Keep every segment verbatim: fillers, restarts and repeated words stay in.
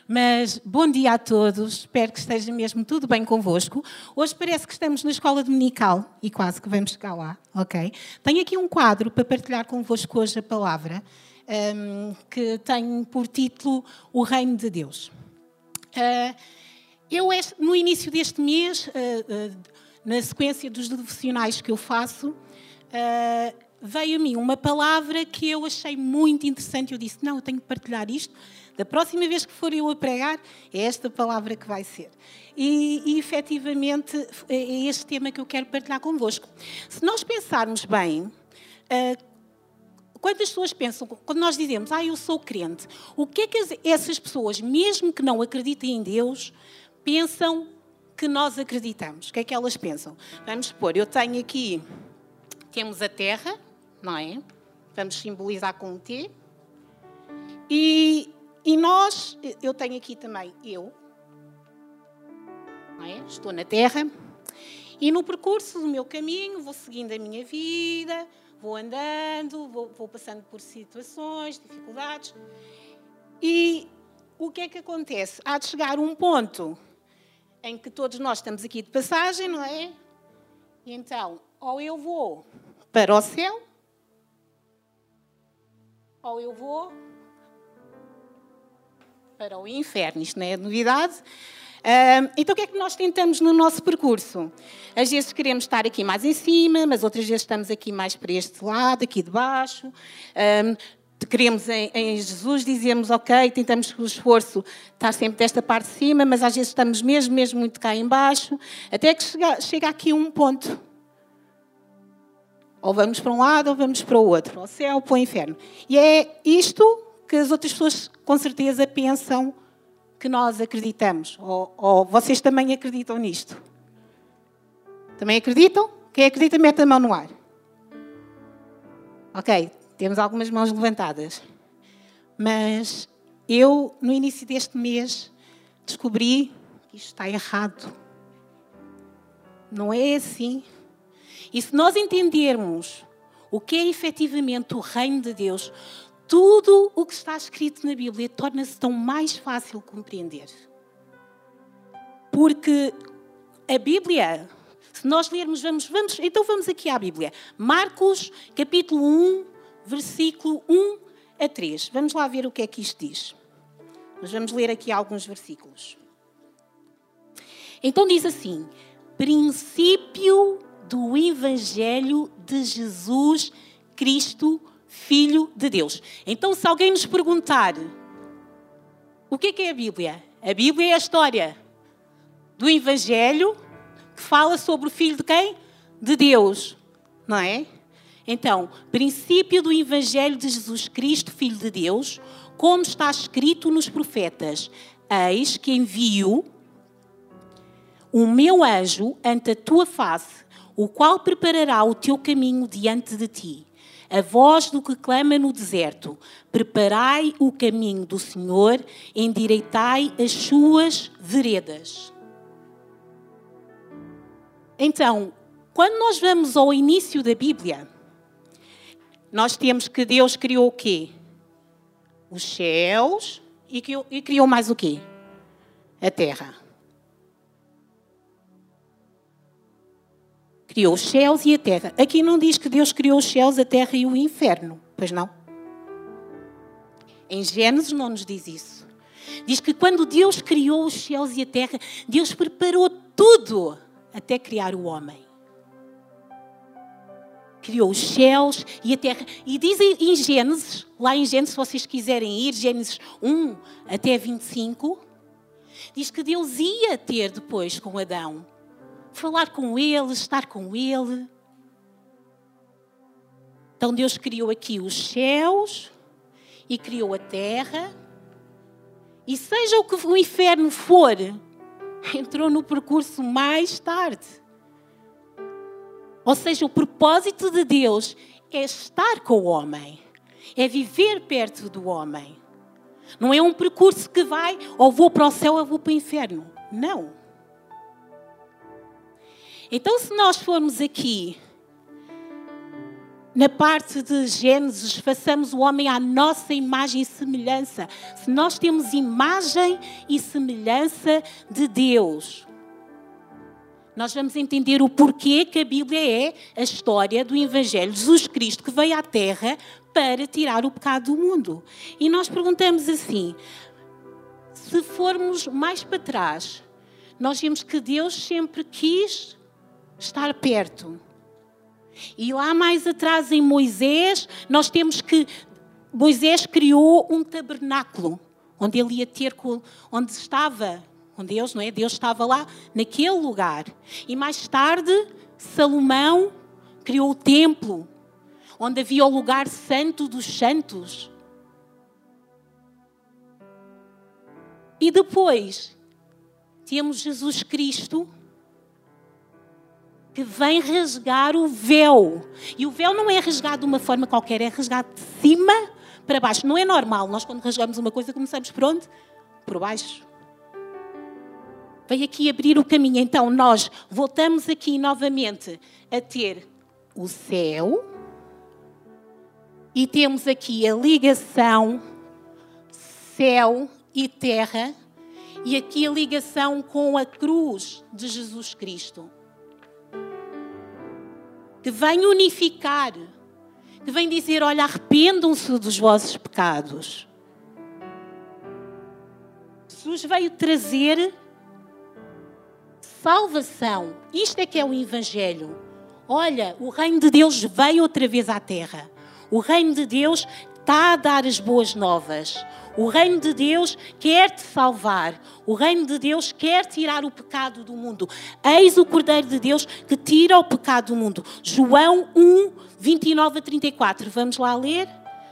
Mas bom dia a todos, espero que esteja mesmo tudo bem convosco. Hoje parece que estamos na escola dominical e quase que vamos chegar lá, ok? Tenho aqui um quadro para partilhar convosco hoje a palavra, um, que tem por título O Reino de Deus. Uh, eu, no início deste mês, uh, uh, na sequência dos devocionais que eu faço, uh, veio a mim uma palavra que eu achei muito interessante. Eu disse, não, eu tenho que partilhar isto. Da próxima vez que for eu a pregar, é esta palavra que vai ser. E, e efetivamente, é este tema que eu quero partilhar convosco. Se nós pensarmos bem, uh, quando as pessoas pensam, quando nós dizemos, ah, eu sou crente, o que é que essas pessoas, mesmo que não acreditem em Deus, pensam que nós acreditamos? O que é que elas pensam? Vamos supor, eu tenho aqui, temos a terra, não é? Vamos simbolizar com um T. E... E nós, eu tenho aqui também eu, não é? Estou na Terra, e no percurso do meu caminho vou seguindo a minha vida, vou andando, vou, vou passando por situações, dificuldades, e o que é que acontece? Há de chegar um ponto em que todos nós estamos aqui de passagem, não é? E então, ou eu vou para o céu, ou eu vou para o inferno. Isto não é novidade. Uh, então, o que é que nós tentamos no nosso percurso? Às vezes queremos estar aqui mais em cima, mas outras vezes estamos aqui mais para este lado, aqui de baixo. Uh, queremos em, em Jesus, dizemos, ok, tentamos com o esforço estar sempre desta parte de cima, mas às vezes estamos mesmo, mesmo muito cá em baixo, até que chega, chega aqui um ponto. Ou vamos para um lado, ou vamos para o outro, para o céu, para o inferno. E é isto que as outras pessoas com certeza pensam que nós acreditamos. Ou, ou vocês também acreditam nisto? Também acreditam? Quem acredita, mete a mão no ar. Ok, temos algumas mãos levantadas. Mas eu, no início deste mês, descobri que isto está errado. Não é assim. E se nós entendermos o que é efetivamente o reino de Deus, tudo o que está escrito na Bíblia torna-se tão mais fácil de compreender. Porque a Bíblia, se nós lermos, vamos, vamos, então vamos aqui à Bíblia. Marcos, capítulo um, versículo um a três. Vamos lá ver o que é que isto diz. Nós vamos ler aqui alguns versículos. Então diz assim, princípio do Evangelho de Jesus Cristo, Filho de Deus. Então, se alguém nos perguntar o que é que é a Bíblia? A Bíblia é a história do Evangelho que fala sobre o Filho de quem? De Deus, não é? Então, princípio do Evangelho de Jesus Cristo, Filho de Deus, como está escrito nos profetas, eis que envio o meu anjo ante a tua face, o qual preparará o teu caminho diante de ti. A voz do que clama no deserto, preparai o caminho do Senhor, endireitai as suas veredas. Então, quando nós vamos ao início da Bíblia, nós temos que Deus criou o quê? Os céus e criou, e criou mais o quê? A terra. Criou os céus e a terra. Aqui não diz que Deus criou os céus, a terra e o inferno. Pois não? Em Gênesis não nos diz isso. Diz que quando Deus criou os céus e a terra, Deus preparou tudo até criar o homem. Criou os céus e a terra. E diz em Gênesis, lá em Gênesis, se vocês quiserem ir, Gênesis um até vinte e cinco, diz que Deus ia ter depois com Adão. Falar com ele, estar com ele. Então Deus criou aqui os céus e criou a terra. E seja o que o inferno for, entrou no percurso mais tarde. Ou seja, o propósito de Deus é estar com o homem. É viver perto do homem. Não é um percurso que vai, ou vou para o céu ou vou para o inferno. Não. Então, se nós formos aqui na parte de Gênesis, façamos o homem à nossa imagem e semelhança. Se nós temos imagem e semelhança de Deus, nós vamos entender o porquê que a Bíblia é a história do Evangelho de Jesus Cristo, que veio à Terra para tirar o pecado do mundo. E nós perguntamos assim, se formos mais para trás, nós vimos que Deus sempre quis estar perto. E lá mais atrás em Moisés, nós temos que Moisés criou um tabernáculo, onde ele ia ter, onde estava, onde Deus, não é? Deus estava lá, naquele lugar. E mais tarde, Salomão criou o templo, onde havia o lugar santo dos santos. E depois, temos Jesus Cristo, que vem rasgar o véu. E o véu não é rasgado de uma forma qualquer, é rasgado de cima para baixo. Não é normal. Nós, quando rasgamos uma coisa, começamos por onde? Por baixo. Veio aqui abrir o caminho. Então, nós voltamos aqui novamente a ter o céu. E temos aqui a ligação céu e terra. E aqui a ligação com a cruz de Jesus Cristo. Que vem unificar, que vem dizer, olha, arrependam-se dos vossos pecados. Jesus veio trazer salvação. Isto é que é o Evangelho. Olha, o reino de Deus veio outra vez à terra. O reino de Deus está a dar as boas novas. O reino de Deus quer te salvar. O reino de Deus quer tirar o pecado do mundo. Eis o Cordeiro de Deus que tira o pecado do mundo. João um, vinte e nove a trinta e quatro. Vamos lá ler?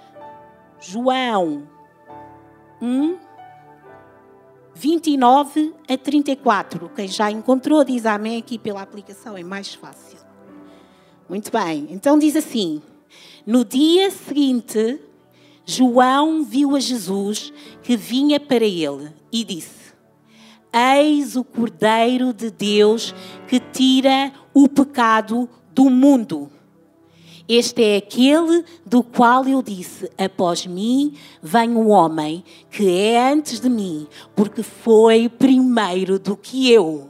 João um, vinte e nove a trinta e quatro. Quem já encontrou diz amém aqui pela aplicação, é mais fácil. Muito bem, então diz assim: no dia seguinte, João viu a Jesus que vinha para ele e disse: eis o Cordeiro de Deus que tira o pecado do mundo. Este é aquele do qual eu disse, após mim vem um homem que é antes de mim, porque foi primeiro do que eu.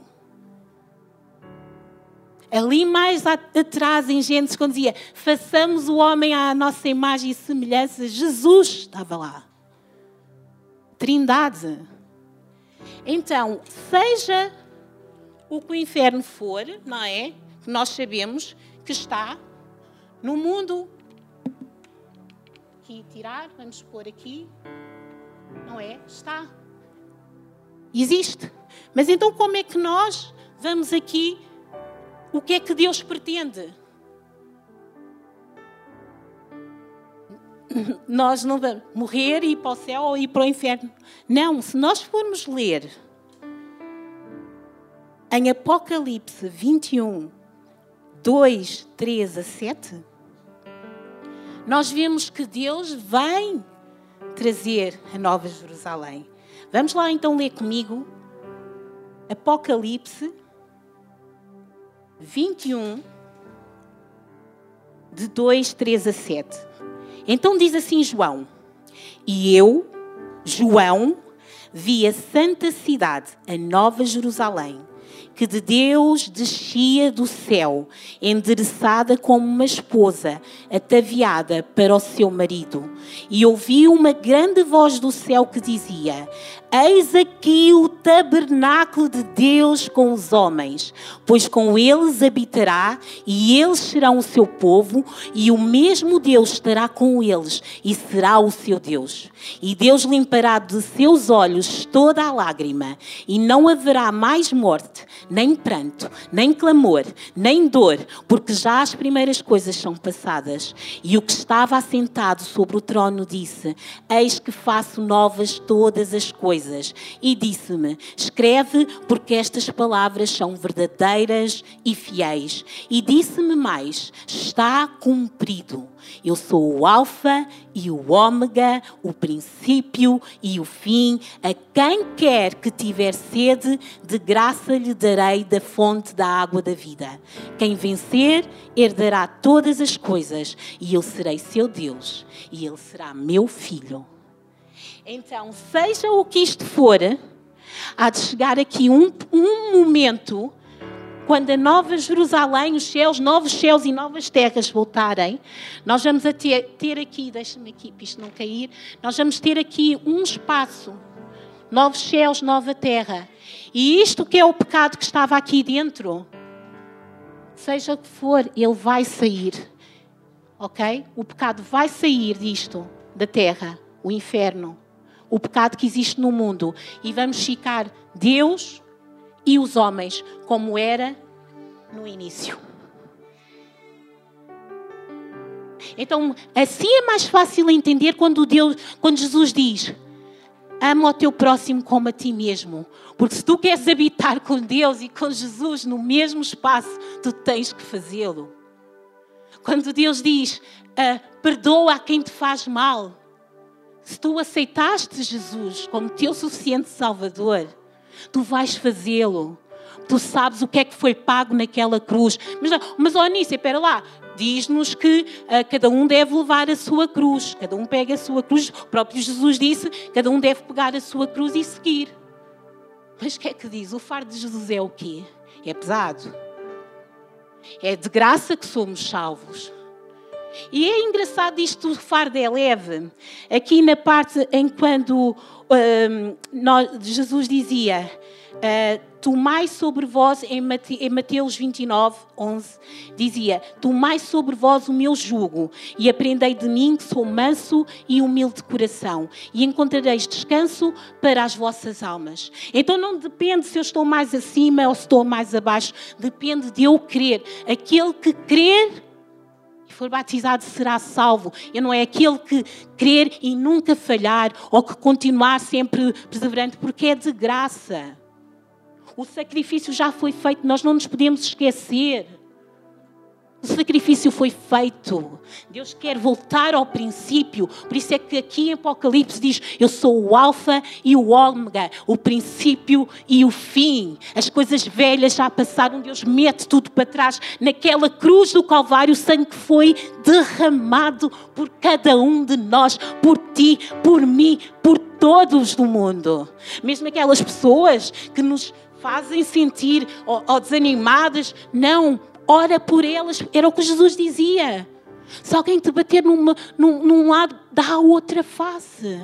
Ali mais atrás em Gênesis, quando dizia, façamos o homem à nossa imagem e semelhança, Jesus estava lá. Trindade. Então, seja o que o inferno for, não é? Que nós sabemos que está no mundo. Aqui tirar, vamos pôr aqui. Não é? Está. Existe. Mas então como é que nós vamos aqui? O que é que Deus pretende? Nós não vamos morrer e ir para o céu ou ir para o inferno. Não, se nós formos ler em Apocalipse vinte e um, dois, três a sete, nós vemos que Deus vem trazer a Nova Jerusalém. Vamos lá então ler comigo Apocalipse vinte e um, de dois, três a sete. Então diz assim João: e eu, João, vi a santa cidade, a Nova Jerusalém, que de Deus descia do céu, endereçada como uma esposa, ataviada para o seu marido. E ouvi uma grande voz do céu que dizia: eis aqui o tabernáculo de Deus com os homens, pois com eles habitará, e eles serão o seu povo, e o mesmo Deus estará com eles, e será o seu Deus. E Deus limpará de seus olhos toda a lágrima, e não haverá mais morte, nem pranto, nem clamor, nem dor, porque já as primeiras coisas são passadas. E o que estava assentado sobre o trono disse: eis que faço novas todas as coisas. E disse-me: escreve, porque estas palavras são verdadeiras e fiéis. E disse-me mais: está cumprido. Eu sou o alfa e o ômega, o princípio e o fim. A quem quer que tiver sede, de graça lhe darei da fonte da água da vida. Quem vencer, herdará todas as coisas, e eu serei seu Deus, e ele será meu filho. Então, seja o que isto for, há de chegar aqui um, um momento, quando a nova Jerusalém, os céus, novos céus e novas terras voltarem, nós vamos a ter, ter aqui, deixa-me aqui para isto não cair, nós vamos ter aqui um espaço, novos céus, nova terra. E isto que é o pecado que estava aqui dentro, seja o que for, ele vai sair, ok? O pecado vai sair disto, da terra, o inferno, o pecado que existe no mundo, e vamos ficar Deus e os homens, como era no início. Então, assim é mais fácil entender quando, Deus, quando Jesus diz: ama o teu próximo como a ti mesmo. Porque se tu queres habitar com Deus e com Jesus no mesmo espaço, tu tens que fazê-lo. Quando Deus diz, ah, perdoa a quem te faz mal. Se tu aceitaste Jesus como teu suficiente Salvador, tu vais fazê-lo. Tu sabes o que é que foi pago naquela cruz. Mas, mas ó Anícia, espera lá. Diz-nos que uh, cada um deve levar a sua cruz. Cada um pega a sua cruz. O próprio Jesus disse, cada um deve pegar a sua cruz e seguir. Mas o que é que diz? O fardo de Jesus é o quê? É pesado. É de graça que somos salvos. E é engraçado isto, o fardo é leve. Aqui na parte em quando um, nós, Jesus dizia, uh, tomai sobre vós, em, Mate, em Mateus vinte e nove, onze, dizia, tomai sobre vós o meu jugo e aprendei de mim que sou manso e humilde de coração e encontrareis descanso para as vossas almas. Então não depende se eu estou mais acima ou se estou mais abaixo, depende de eu crer. Aquele que crer e for batizado será salvo. E não é aquele que crer e nunca falhar ou que continuar sempre perseverante, porque é de graça. O sacrifício já foi feito, nós não nos podemos esquecer. O sacrifício foi feito. Deus quer voltar ao princípio. Por isso é que aqui em Apocalipse diz, eu sou o alfa e o ômega, o princípio e o fim. As coisas velhas já passaram, Deus mete tudo para trás. Naquela cruz do Calvário, o sangue foi derramado por cada um de nós, por ti, por mim, por todos do mundo. Mesmo aquelas pessoas que nos fazem sentir ou, ou desanimadas, não, ora por elas, era o que Jesus dizia. Se alguém te bater numa, num, num lado, dá a outra face.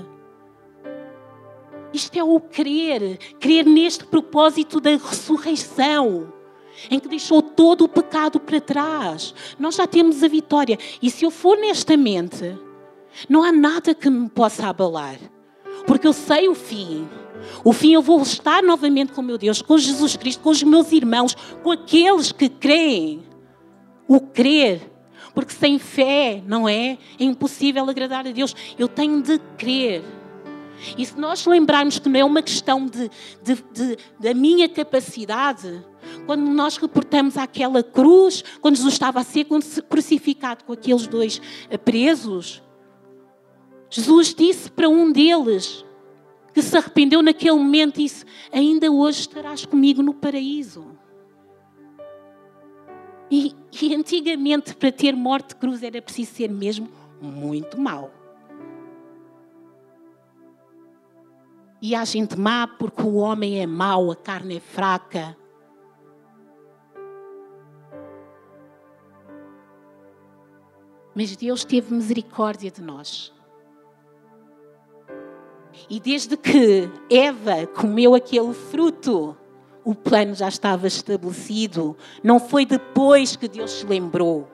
Isto é o crer, crer neste propósito da ressurreição, em que deixou todo o pecado para trás. Nós já temos a vitória, e se eu for honestamente, não há nada que me possa abalar, porque eu sei o fim. O fim eu vou estar novamente com o meu Deus, com Jesus Cristo, com os meus irmãos, com aqueles que creem. O crer. Porque sem fé, não é? É impossível agradar a Deus. Eu tenho de crer. E se nós lembrarmos que não é uma questão de, de, de, da minha capacidade, quando nós reportamos àquela cruz, quando Jesus estava a ser crucificado com aqueles dois presos, Jesus disse para um deles, que se arrependeu naquele momento e disse, ainda hoje estarás comigo no paraíso. E, e antigamente, para ter morte de cruz, era preciso ser mesmo muito mau. E há gente má porque o homem é mau, a carne é fraca. Mas Deus teve misericórdia de nós. E desde que Eva comeu aquele fruto, o plano já estava estabelecido. Não foi depois que Deus se lembrou.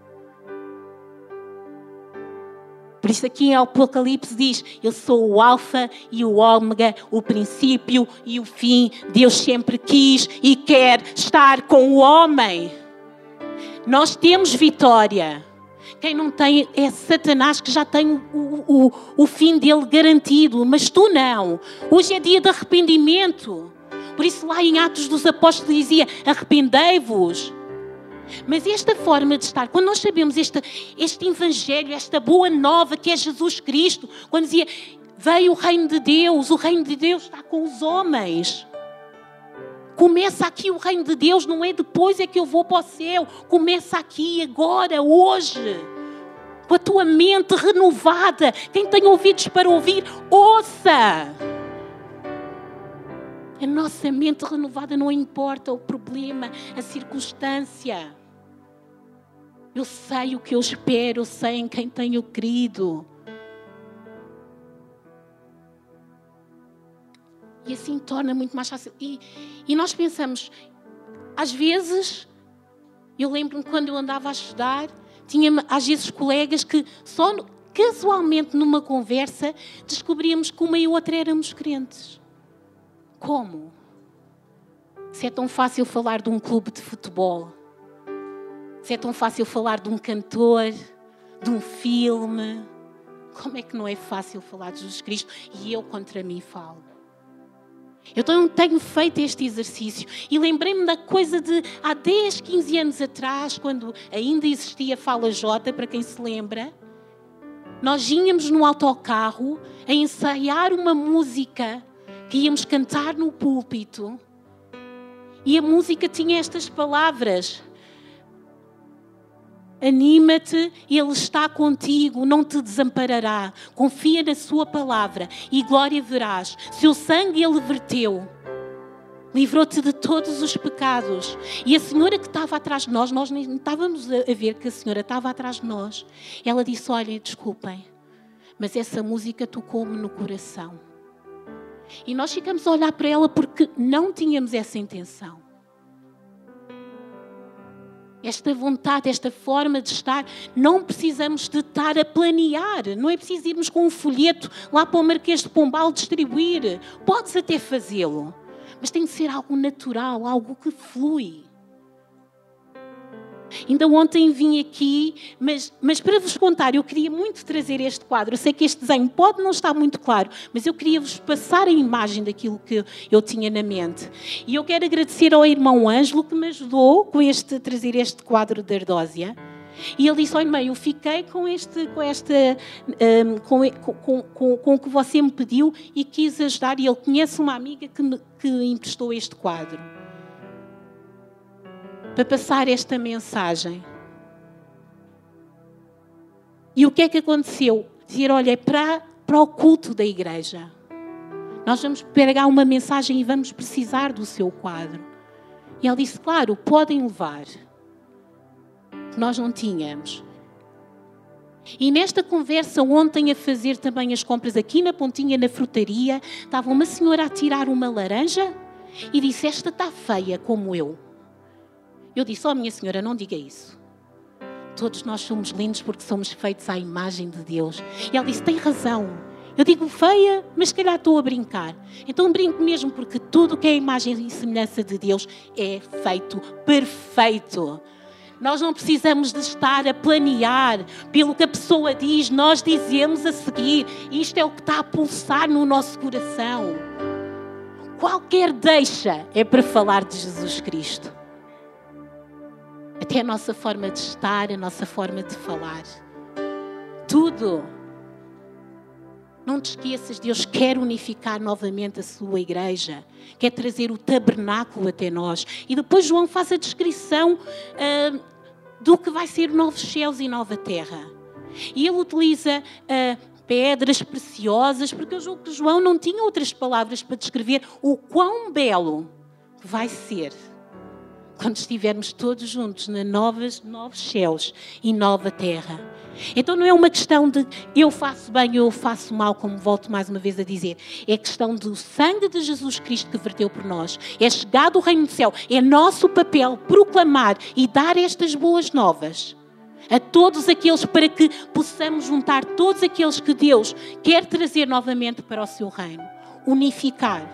Por isso aqui em Apocalipse diz, eu sou o alfa e o ômega, o princípio e o fim. Deus sempre quis e quer estar com o homem. Nós temos vitória. Quem não tem é Satanás, que já tem o, o, o fim dele garantido. Mas tu não. Hoje é dia de arrependimento. Por isso lá em Atos dos Apóstolos dizia, arrependei-vos. Mas esta forma de estar, quando nós sabemos este, este evangelho, esta boa nova que é Jesus Cristo, quando dizia, veio o reino de Deus, o reino de Deus está com os homens. Começa aqui o reino de Deus, não é depois é que eu vou para o céu. Começa aqui, agora, hoje. Com a tua mente renovada. Quem tem ouvidos para ouvir, ouça. A nossa mente renovada, não importa o problema, a circunstância. Eu sei o que eu espero, eu sei em quem tenho crido. E assim torna muito mais fácil. E, e nós pensamos, às vezes, eu lembro-me quando eu andava a estudar, tinha às vezes colegas que só casualmente numa conversa descobríamos que uma e outra éramos crentes. Como? Se é tão fácil falar de um clube de futebol, se é tão fácil falar de um cantor, de um filme, como é que não é fácil falar de Jesus Cristo? E eu contra mim falo. Eu tenho feito este exercício e lembrei-me da coisa de há dez, quinze anos atrás, quando ainda existia Fala J, para quem se lembra, nós íamos no autocarro a ensaiar uma música que íamos cantar no púlpito e a música tinha estas palavras: anima-te, Ele está contigo, não te desamparará. Confia na sua palavra e glória verás. Seu sangue Ele verteu. Livrou-te de todos os pecados. E a senhora que estava atrás de nós, nós nem estávamos a ver que a senhora estava atrás de nós. Ela disse, olha, desculpem, mas essa música tocou-me no coração. E nós ficamos a olhar para ela porque não tínhamos essa intenção. Esta vontade, esta forma de estar, não precisamos de estar a planear. Não é preciso irmos com um folheto lá para o Marquês de Pombal distribuir. Podes até fazê-lo, mas tem de ser algo natural, algo que flui. Ainda ontem vim aqui, mas, mas para vos contar, eu queria muito trazer este quadro. Eu sei que este desenho pode não estar muito claro, mas eu queria vos passar a imagem daquilo que eu tinha na mente. E eu quero agradecer ao irmão Ângelo que me ajudou com este, a trazer este quadro de Ardósia. E ele disse, olha mãe, eu fiquei com, este, com, esta, um, com, com, com, com o que você me pediu e quis ajudar. E ele conhece uma amiga que me que emprestou este quadro para passar esta mensagem. E o que é que aconteceu? Dizer, olha, é para, para o culto da igreja. Nós vamos pegar uma mensagem e vamos precisar do seu quadro. E ele disse, claro, podem levar. Nós não tínhamos. E nesta conversa ontem a fazer também as compras aqui na pontinha, na frutaria, estava uma senhora a tirar uma laranja e disse, esta está feia como eu. Eu disse, oh minha senhora, não diga isso. Todos nós somos lindos porque somos feitos à imagem de Deus. E ela disse, tem razão. Eu digo feia, mas se calhar estou a brincar. Então brinco mesmo porque tudo que é imagem e semelhança de Deus é feito perfeito. Nós não precisamos de estar a planear pelo que a pessoa diz. Nós dizemos a seguir. Isto é o que está a pulsar no nosso coração. Qualquer deixa é para falar de Jesus Cristo. Até a nossa forma de estar, a nossa forma de falar. Tudo. Não te esqueças, Deus quer unificar novamente a sua igreja. Quer trazer o tabernáculo até nós. E depois João faz a descrição uh, do que vai ser novos céus e nova terra. E ele utiliza uh, pedras preciosas, porque eu julgo que João não tinha outras palavras para descrever o quão belo vai ser quando estivermos todos juntos na novas, novos céus e nova terra. Então não é uma questão de eu faço bem ou eu faço mal, como volto mais uma vez a dizer. É questão do sangue de Jesus Cristo que verteu por nós. É chegado o reino do céu. É nosso papel proclamar e dar estas boas novas a todos aqueles, para que possamos juntar todos aqueles que Deus quer trazer novamente para o seu reino. Unificar.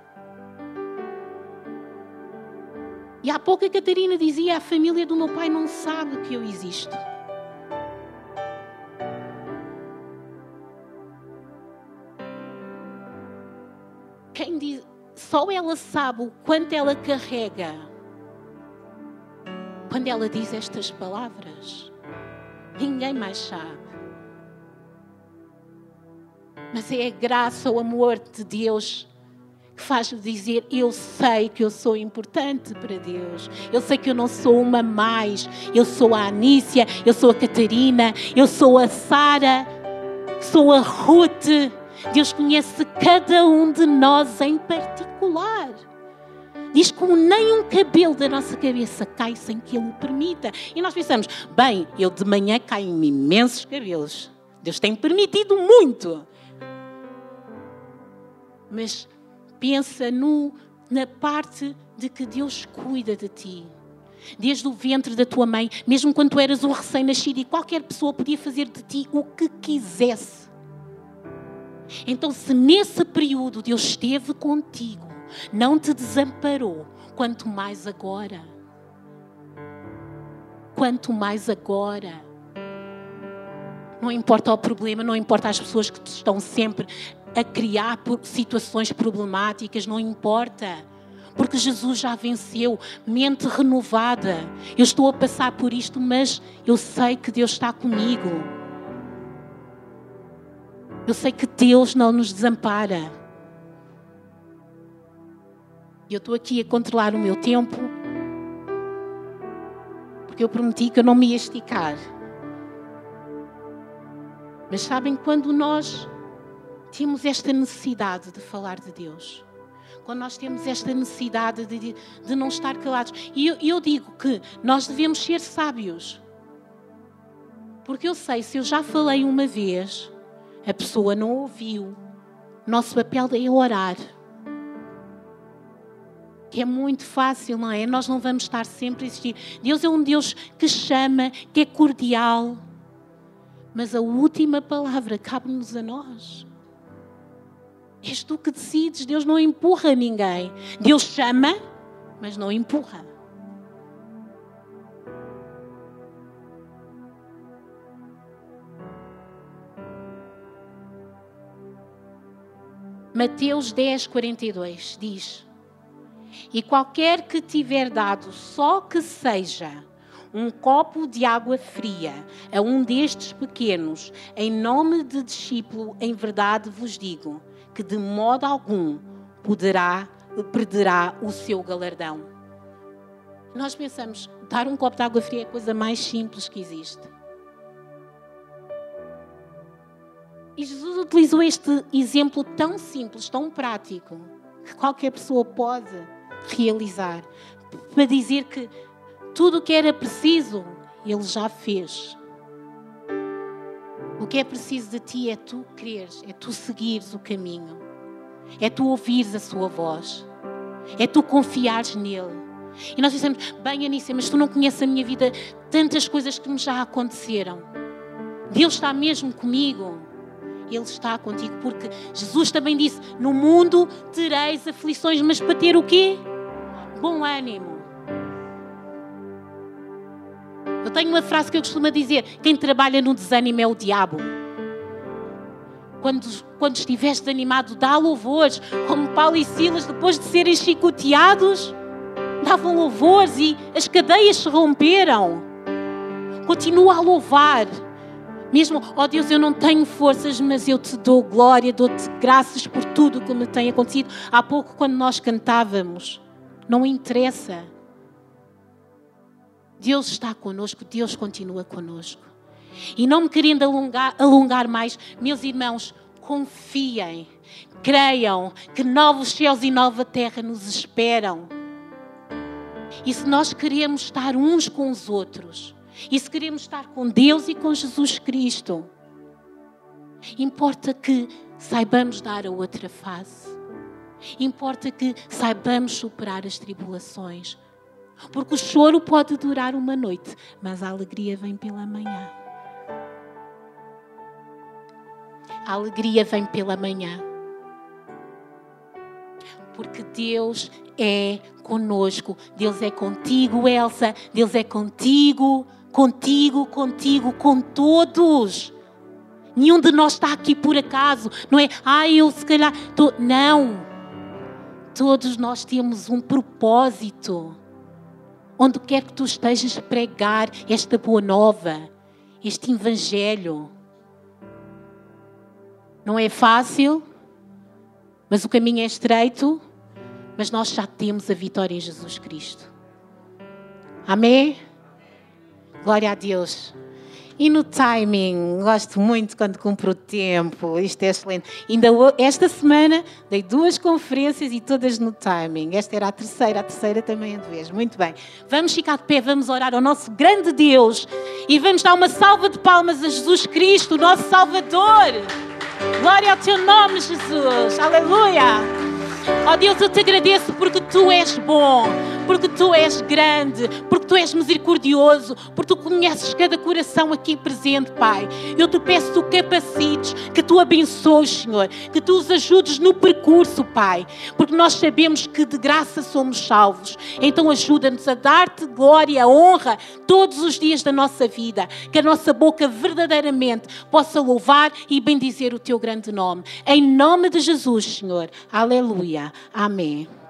E há pouco a Catarina dizia, a família do meu pai não sabe que eu existo. Quem diz, só ela sabe o quanto ela carrega, quando ela diz estas palavras, ninguém mais sabe. Mas é a graça, o amor de Deus que faz-me dizer, eu sei que eu sou importante para Deus. Eu sei que eu não sou uma mais. Eu sou a Anícia, eu sou a Catarina, eu sou a Sara, sou a Ruth. Deus conhece cada um de nós em particular. Diz que nem um cabelo da nossa cabeça cai sem que Ele o permita. E nós pensamos, bem, eu de manhã caem-me imensos cabelos. Deus tem permitido muito. Mas pensa no, na parte de que Deus cuida de ti. Desde o ventre da tua mãe, mesmo quando tu eras um recém-nascido e qualquer pessoa podia fazer de ti o que quisesse. Então, se nesse período Deus esteve contigo, não te desamparou, quanto mais agora. Quanto mais agora. Não importa o problema, não importa as pessoas que te estão sempre a criar situações problemáticas, não importa. Porque Jesus já venceu, mente renovada. Eu estou a passar por isto, mas eu sei que Deus está comigo. Eu sei que Deus não nos desampara. Eu estou aqui a controlar o meu tempo, porque eu prometi que eu não me ia esticar. Mas sabem, quando nós temos esta necessidade de falar de Deus, quando nós temos esta necessidade de, de não estar calados, e eu, eu digo que nós devemos ser sábios, porque eu sei, se eu já falei uma vez, a pessoa não ouviu, nosso papel é orar. Que é muito fácil, não é? Nós não vamos estar sempre a existir. Deus é um Deus que chama, que é cordial. Mas a última palavra cabe-nos a nós. És tu que decides. Deus não empurra ninguém. Deus chama, mas não empurra. Mateus dez, quarenta e dois diz: e qualquer que tiver dado só que seja um copo de água fria a um destes pequenos, em nome de discípulo, em verdade vos digo, que de modo algum poderá, perderá o seu galardão. Nós pensamos, dar um copo de água fria é a coisa mais simples que existe. E Jesus utilizou este exemplo tão simples, tão prático, que qualquer pessoa pode realizar, para dizer que tudo o que era preciso, Ele já fez. O que é preciso de ti é tu creres, é tu seguires o caminho, é tu ouvires a sua voz, é tu confiares nele. E nós dizemos, bem Anícia, mas tu não conheces a minha vida, tantas coisas que me já aconteceram. Deus está mesmo comigo. Ele está contigo, porque Jesus também disse, no mundo tereis aflições, mas para ter o quê? Bom ânimo. Eu tenho uma frase que eu costumo dizer, quem trabalha no desânimo é o diabo. Quando, quando estiveres desanimado, dá louvores, como Paulo e Silas, depois de serem chicoteados, davam louvores e as cadeias se romperam. Continua a louvar. Mesmo, ó oh Deus, eu não tenho forças, mas eu te dou glória, dou-te graças por tudo que me tem acontecido. Há pouco, quando nós cantávamos, não interessa. Deus está connosco, Deus continua connosco. E não me querendo alongar, alongar mais, meus irmãos, confiem, creiam que novos céus e nova terra nos esperam. E se nós queremos estar uns com os outros, e se queremos estar com Deus e com Jesus Cristo, importa que saibamos dar a outra face. Importa que saibamos superar as tribulações. Porque o choro pode durar uma noite, mas a alegria vem pela manhã. A alegria vem pela manhã. Porque Deus é conosco. Deus é contigo, Elsa. Deus é contigo. Contigo, contigo, com todos. Nenhum de nós está aqui por acaso. Não é, ah, eu se calhar... Tô... Não. Todos nós temos um propósito. onde quer que tu estejas, pregar esta boa nova, este evangelho. Não é fácil, mas o caminho é estreito, mas nós já temos a vitória em Jesus Cristo. Amém? Glória a Deus. E no timing, gosto muito quando cumpro o tempo, isto é excelente. Ainda esta semana dei duas conferências e todas no timing. Esta era a terceira, a terceira também é de vez. Muito bem. Vamos ficar de pé, vamos orar ao nosso grande Deus e vamos dar uma salva de palmas a Jesus Cristo, o nosso Salvador. Glória ao teu nome, Jesus. Aleluia. Ó Deus, eu te agradeço porque tu és bom, porque tu és grande, porque tu és misericordioso, porque tu conheces cada coração aqui presente, Pai. Eu te peço que tu capacites, que tu abençoes, Senhor, que tu os ajudes no percurso, Pai, porque nós sabemos que de graça somos salvos. Então ajuda-nos a dar-te glória, honra, todos os dias da nossa vida, que a nossa boca verdadeiramente possa louvar e bendizer o teu grande nome. Em nome de Jesus, Senhor. Aleluia. Amém.